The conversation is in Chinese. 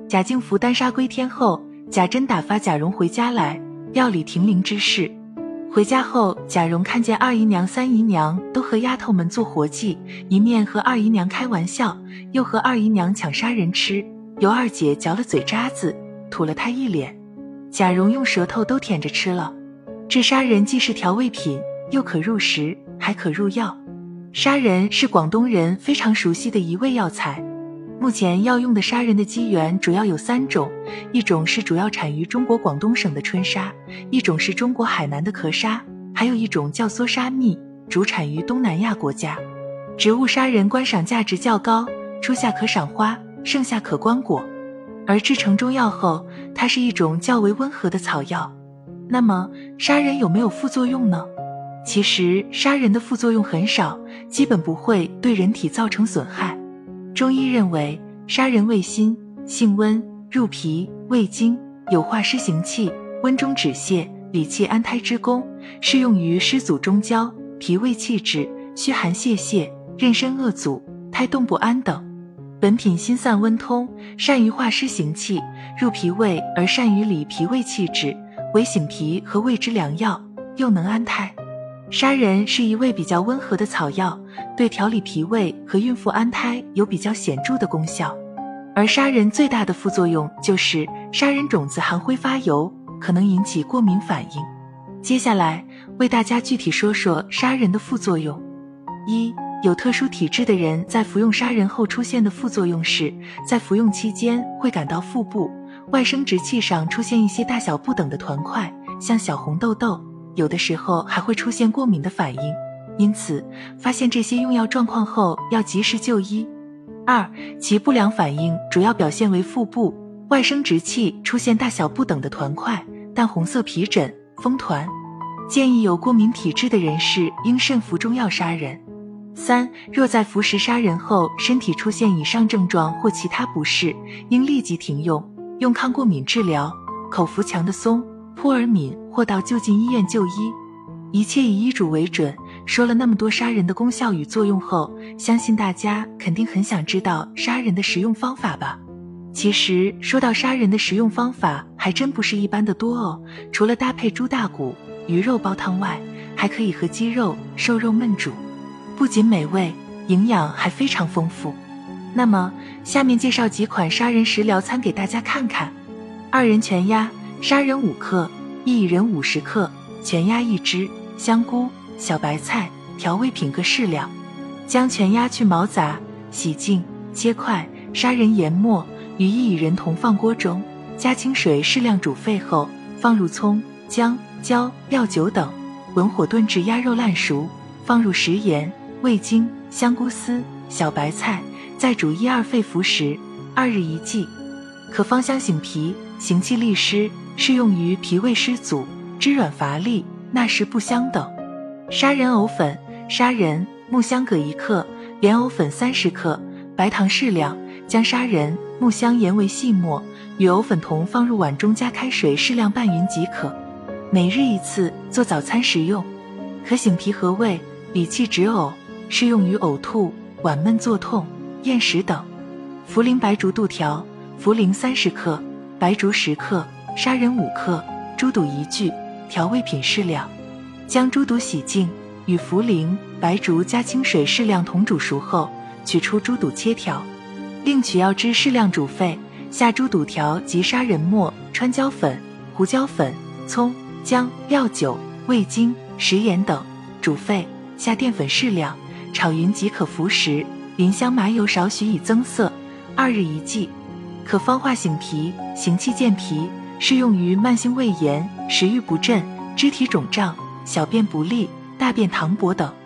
贾敬服单杀归天后，贾珍打发贾蓉回家来，料理停灵之事。回家后，贾蓉看见二姨娘、三姨娘都和丫头们做活计，一面和二姨娘开玩笑，又和二姨娘抢杀人吃，尤二姐嚼了嘴渣子，吐了她一脸。贾蓉用舌头都舔着吃了。这杀人既是调味品，又可入食，还可入药。杀人是广东人非常熟悉的一味药材。目前要用的杀人的机缘主要有3种，一种是主要产于中国广东省的春沙，一种是中国海南的壳沙，还有一种叫梭沙蜜，主产于东南亚国家。植物杀人观赏价值较高，初夏可赏花，盛夏可观果。而制成中药后，它是一种较为温和的草药。那么杀人有没有副作用呢？其实杀人的副作用很少，基本不会对人体造成损害。中医认为，杀人味辛，性温，入脾、胃经，有化湿行气、温中止泻、理气安胎之功，适用于湿阻中焦、脾胃气滞、虚寒泄泻、妊娠恶阻、胎动不安等。本品辛散温通，善于化湿行气，入脾胃而善于理脾胃气滞，为醒脾和胃之良药，又能安胎。杀人是一味比较温和的草药，对调理脾胃和孕妇安胎有比较显著的功效。而杀人最大的副作用就是杀人种子含挥发油，可能引起过敏反应。接下来为大家具体说说杀人的副作用。1. 有特殊体质的人在服用杀人后出现的副作用是，在服用期间会感到腹部、外生殖器上出现一些大小不等的团块，像小红痘痘，有的时候还会出现过敏的反应，因此发现这些用药状况后要及时就医。2. 其不良反应主要表现为腹部、外生殖器出现大小不等的团块、淡红色皮疹、风团。建议有过敏体质的人士应慎服中药杀人。3. 若在服食杀人后身体出现以上症状或其他不适，应立即停用，用抗过敏治疗，口服强的松、扑尔敏或到就近医院就医。一切以医嘱为准。说了那么多杀人的功效与作用后，相信大家肯定很想知道杀人的食用方法吧。其实说到杀人的食用方法还真不是一般的多哦，除了搭配猪大骨、鱼肉煲汤外，还可以和鸡肉、瘦肉焖煮，不仅美味，营养还非常丰富。那么下面介绍几款杀人食疗餐给大家看看。2人全鸭，杀人5克，薏仁50克，全鸭1只，香菇、小白菜、调味品各适量。将全鸭去毛杂，洗净，切块，杀人研末，与薏仁同放锅中，加清水适量煮沸后，放入葱、姜、椒、料酒等，文火炖至鸭肉烂熟，放入食盐、味精、香菇丝、小白菜，再煮1-2沸服食，2日1剂。可芳香醒脾，行气利湿，适用于脾胃湿阻、肢软乏力、纳食不香等。杀人藕粉，杀人、木香各1克，莲藕粉30克，白糖适量，将杀人、木香研为细末，与藕粉同放入碗中，加开水适量拌匀即可。每日1次，做早餐食用，可醒脾和胃，理气止呕，适用于呕吐、脘闷作痛、厌食等。茯苓白术肚条，茯苓30克，白术10克，杀人5克，猪肚1具，调味品适量。将猪肚洗净，与茯苓、白术加清水适量同煮熟后，取出猪肚切条，另取药汁适量煮沸，下猪肚条及杀人末、川椒粉、胡椒粉、葱、姜、料酒、味精、食盐等，煮沸，下淀粉适量，炒匀即可服食，淋香麻油少许以增色，2日1剂。可方化醒脾，行气健脾，适用于慢性胃炎、食欲不振、肢体肿胀、小便不利、大便溏薄等。